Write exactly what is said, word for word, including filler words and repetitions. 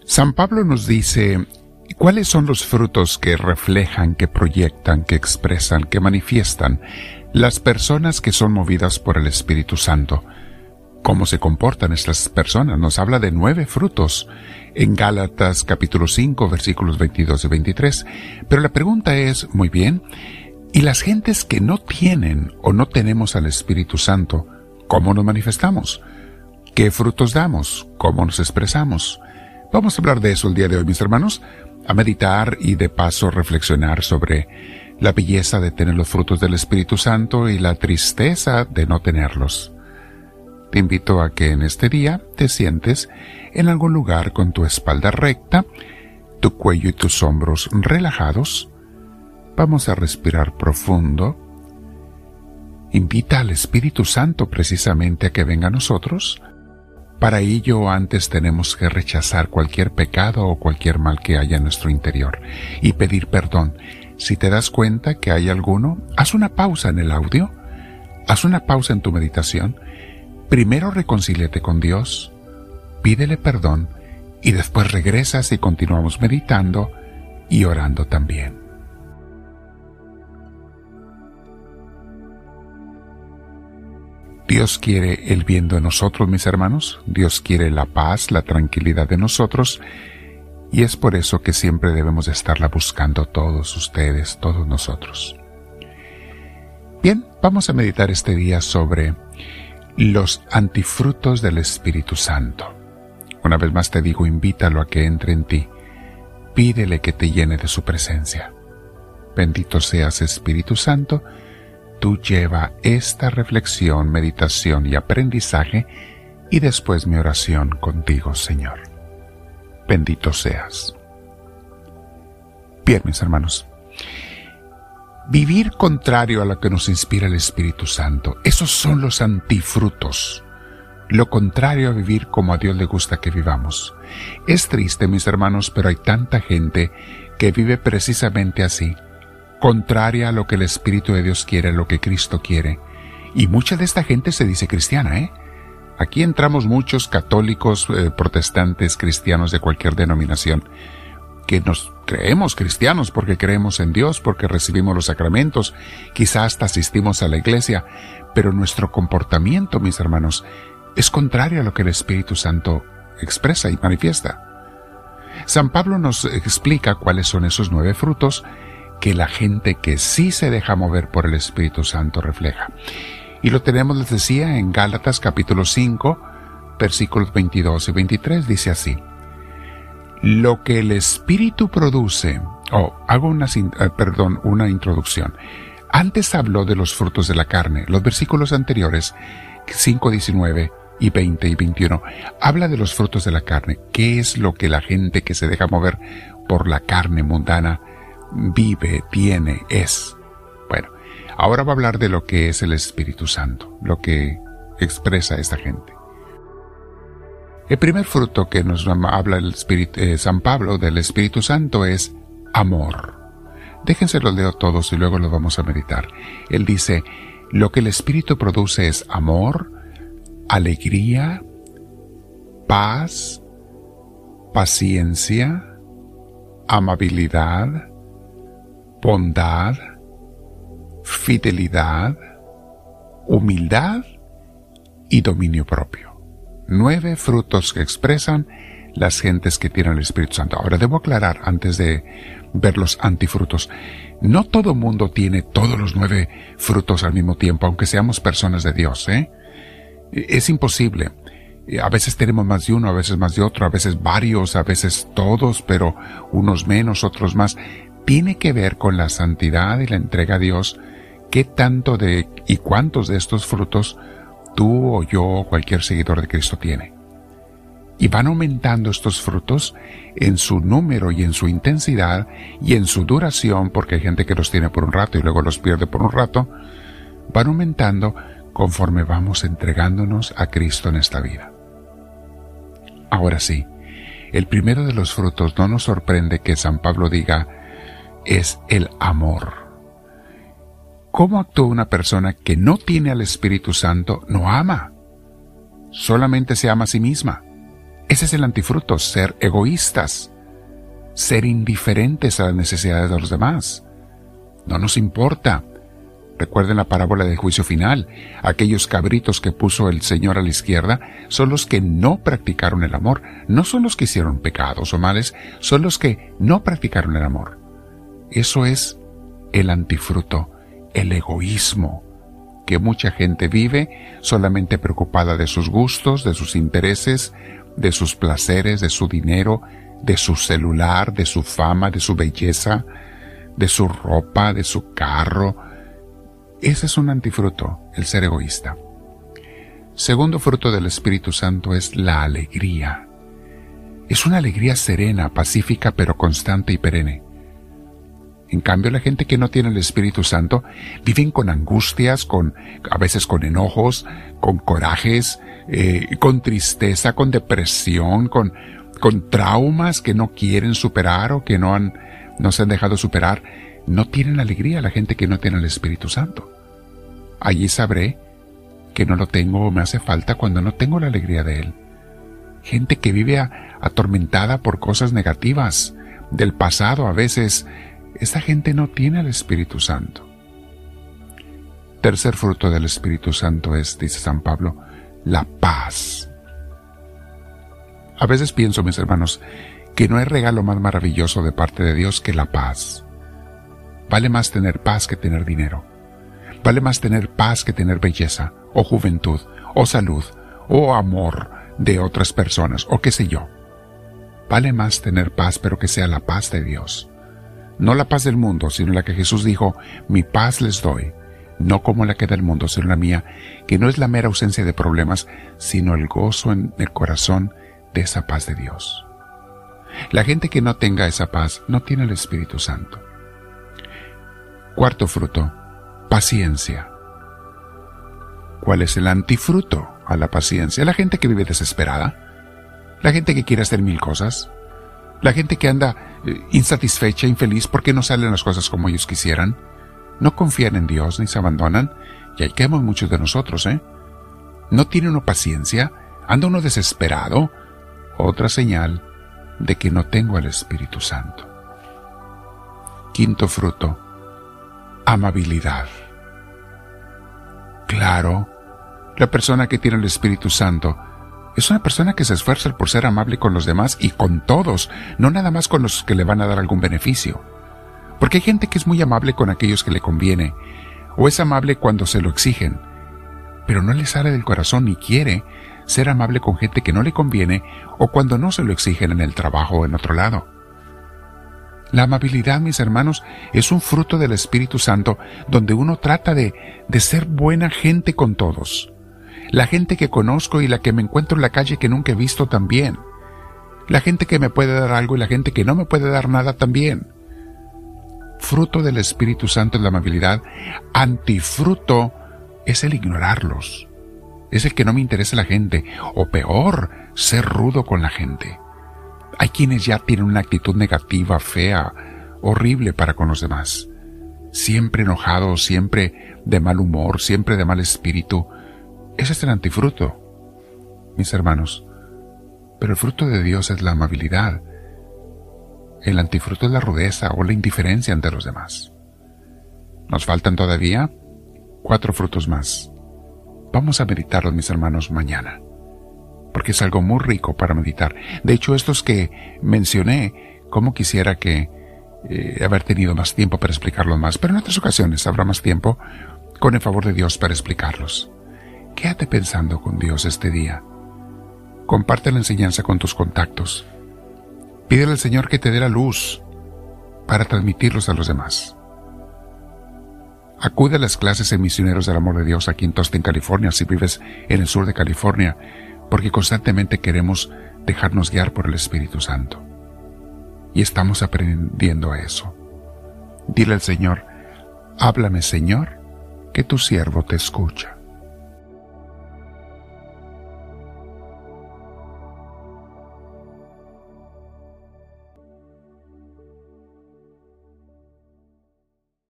San Pablo nos dice, ¿cuáles son los frutos que reflejan, que proyectan, que expresan, que manifiestan las personas que son movidas por el Espíritu Santo? ¿Cómo se comportan estas personas? Nos habla de nueve frutos en Gálatas capítulo cinco, versículos veintidós y veintitrés. Pero la pregunta es, muy bien, ¿y las gentes que no tienen o no tenemos al Espíritu Santo, cómo nos manifestamos? ¿Qué frutos damos? ¿Cómo nos expresamos? Vamos a hablar de eso el día de hoy, mis hermanos, a meditar y de paso reflexionar sobre la belleza de tener los frutos del Espíritu Santo y la tristeza de no tenerlos. Te invito a que en este día te sientes en algún lugar con tu espalda recta, tu cuello y tus hombros relajados. Vamos a respirar profundo. Invita al Espíritu Santo precisamente a que venga a nosotros. Para ello antes tenemos que rechazar cualquier pecado o cualquier mal que haya en nuestro interior y pedir perdón. Si te das cuenta que hay alguno, haz una pausa en el audio, haz una pausa en tu meditación. Primero reconcíliate con Dios, pídele perdón y después regresas y continuamos meditando y orando también. Dios quiere el bien de nosotros, mis hermanos. Dios quiere la paz, la tranquilidad de nosotros. Y es por eso que siempre debemos estarla buscando todos ustedes, todos nosotros. Bien, vamos a meditar este día sobre los antifrutos del Espíritu Santo. Una vez más te digo, invítalo a que entre en ti. Pídele que te llene de su presencia. Bendito seas, Espíritu Santo. Tú lleva esta reflexión, meditación y aprendizaje y después mi oración contigo, Señor. Bendito seas. Bien, mis hermanos. Vivir contrario a lo que nos inspira el Espíritu Santo, esos son los antifrutos. Lo contrario a vivir como a Dios le gusta que vivamos. Es triste, mis hermanos, pero hay tanta gente que vive precisamente así, contraria a lo que el Espíritu de Dios quiere, a lo que Cristo quiere. Y mucha de esta gente se dice cristiana, ¿eh? Aquí entramos muchos católicos, eh, protestantes, cristianos de cualquier denominación, que nos creemos cristianos porque creemos en Dios, porque recibimos los sacramentos, quizás hasta asistimos a la iglesia, pero nuestro comportamiento, mis hermanos, es contrario a lo que el Espíritu Santo expresa y manifiesta. San Pablo nos explica cuáles son esos nueve frutos que la gente que sí se deja mover por el Espíritu Santo refleja. Y lo tenemos, les decía, en Gálatas capítulo cinco, versículos veintidós y veintitrés, dice así: lo que el Espíritu produce, oh, hago una, eh, perdón, una introducción. Antes habló de los frutos de la carne. Los versículos anteriores, cinco, diecinueve y veinte y veintiuno, habla de los frutos de la carne. ¿Qué es lo que la gente que se deja mover por la carne mundana vive, tiene, es? Bueno, ahora va a hablar de lo que es el Espíritu Santo, lo que expresa esta gente. El primer fruto que nos habla el Espíritu, eh, San Pablo del Espíritu Santo es amor. Déjense los leo todos y luego los vamos a meditar. Él dice, lo que el Espíritu produce es amor, alegría, paz, paciencia, amabilidad, bondad, fidelidad, humildad y dominio propio. Nueve frutos que expresan las gentes que tienen el Espíritu Santo. Ahora debo aclarar, antes de ver los antifrutos, no todo mundo tiene todos los nueve frutos al mismo tiempo, aunque seamos personas de Dios, ¿eh? Es imposible. A veces tenemos más de uno, a veces más de otro, a veces varios, a veces todos, pero unos menos, otros más. Tiene que ver con la santidad y la entrega a Dios, qué tanto de y cuántos de estos frutos tú o yo o cualquier seguidor de Cristo tiene. Y van aumentando estos frutos en su número y en su intensidad y en su duración, porque hay gente que los tiene por un rato y luego los pierde por un rato. Van aumentando conforme vamos entregándonos a Cristo en esta vida. Ahora sí, el primero de los frutos, no nos sorprende que San Pablo diga, es el amor. ¿Cómo actúa una persona que no tiene al Espíritu Santo? No ama. Solamente se ama a sí misma. Ese es el antifruto, ser egoístas, ser indiferentes a las necesidades de los demás. No nos importa. Recuerden la parábola del juicio final. Aquellos cabritos que puso el Señor a la izquierda son los que no practicaron el amor. No son los que hicieron pecados o males, son los que no practicaron el amor. Eso es el antifruto, el egoísmo, que mucha gente vive solamente preocupada de sus gustos, de sus intereses, de sus placeres, de su dinero, de su celular, de su fama, de su belleza, de su ropa, de su carro. Ese es un antifruto, el ser egoísta. Segundo fruto del Espíritu Santo es la alegría. Es una alegría serena, pacífica, pero constante y perenne. En cambio, la gente que no tiene el Espíritu Santo viven con angustias, con, a veces con enojos, con corajes, eh, con tristeza, con depresión, con, con traumas que no quieren superar o que no han, no se han dejado superar. No tienen alegría la gente que no tiene el Espíritu Santo. Allí sabré que no lo tengo o me hace falta cuando no tengo la alegría de Él. Gente que vive a, atormentada por cosas negativas del pasado a veces. Esta gente no tiene el Espíritu Santo. Tercer fruto del Espíritu Santo es, dice San Pablo, la paz. A veces pienso, mis hermanos, que no hay regalo más maravilloso de parte de Dios que la paz. Vale más tener paz que tener dinero. Vale más tener paz que tener belleza, o juventud, o salud, o amor de otras personas, o qué sé yo. Vale más tener paz, pero que sea la paz de Dios. No la paz del mundo, sino la que Jesús dijo, mi paz les doy, no como la que da el mundo, sino la mía, que no es la mera ausencia de problemas, sino el gozo en el corazón de esa paz de Dios. La gente que no tenga esa paz no tiene el Espíritu Santo. Cuarto fruto, paciencia. ¿Cuál es el antifruto a la paciencia? La gente que vive desesperada, la gente que quiere hacer mil cosas, la gente que anda eh, insatisfecha, infeliz porque no salen las cosas como ellos quisieran, no confían en Dios ni se abandonan, y ahí quedamos muchos de nosotros, ¿eh? No tiene uno paciencia, anda uno desesperado, otra señal de que no tengo el Espíritu Santo. Quinto fruto, amabilidad. Claro, la persona que tiene el Espíritu Santo es una persona que se esfuerza por ser amable con los demás y con todos, no nada más con los que le van a dar algún beneficio. Porque hay gente que es muy amable con aquellos que le conviene, o es amable cuando se lo exigen, pero no le sale del corazón ni quiere ser amable con gente que no le conviene o cuando no se lo exigen en el trabajo o en otro lado. La amabilidad, mis hermanos, es un fruto del Espíritu Santo donde uno trata de, de ser buena gente con todos. La gente que conozco y la que me encuentro en la calle que nunca he visto también. La gente que me puede dar algo y la gente que no me puede dar nada también. Fruto del Espíritu Santo es la amabilidad. Antifruto es el ignorarlos. Es el que no me interesa la gente. O peor, ser rudo con la gente. Hay quienes ya tienen una actitud negativa, fea, horrible para con los demás. Siempre enojados, siempre de mal humor, siempre de mal espíritu. Ese es el antifruto, mis hermanos. Pero el fruto de Dios es la amabilidad. El antifruto es la rudeza o la indiferencia ante los demás. Nos faltan todavía cuatro frutos más. Vamos a meditarlos, mis hermanos, mañana, porque es algo muy rico para meditar. De hecho, estos que mencioné, como quisiera que eh, haber tenido más tiempo para explicarlos más, pero en otras ocasiones habrá más tiempo, con el favor de Dios, para explicarlos. Quédate pensando con Dios este día. Comparte la enseñanza con tus contactos. Pídele al Señor que te dé la luz para transmitirlos a los demás. Acude a las clases en Misioneros del Amor de Dios aquí en Tustin, California, si vives en el sur de California, porque constantemente queremos dejarnos guiar por el Espíritu Santo. Y estamos aprendiendo a eso. Dile al Señor, háblame, Señor, que tu siervo te escucha.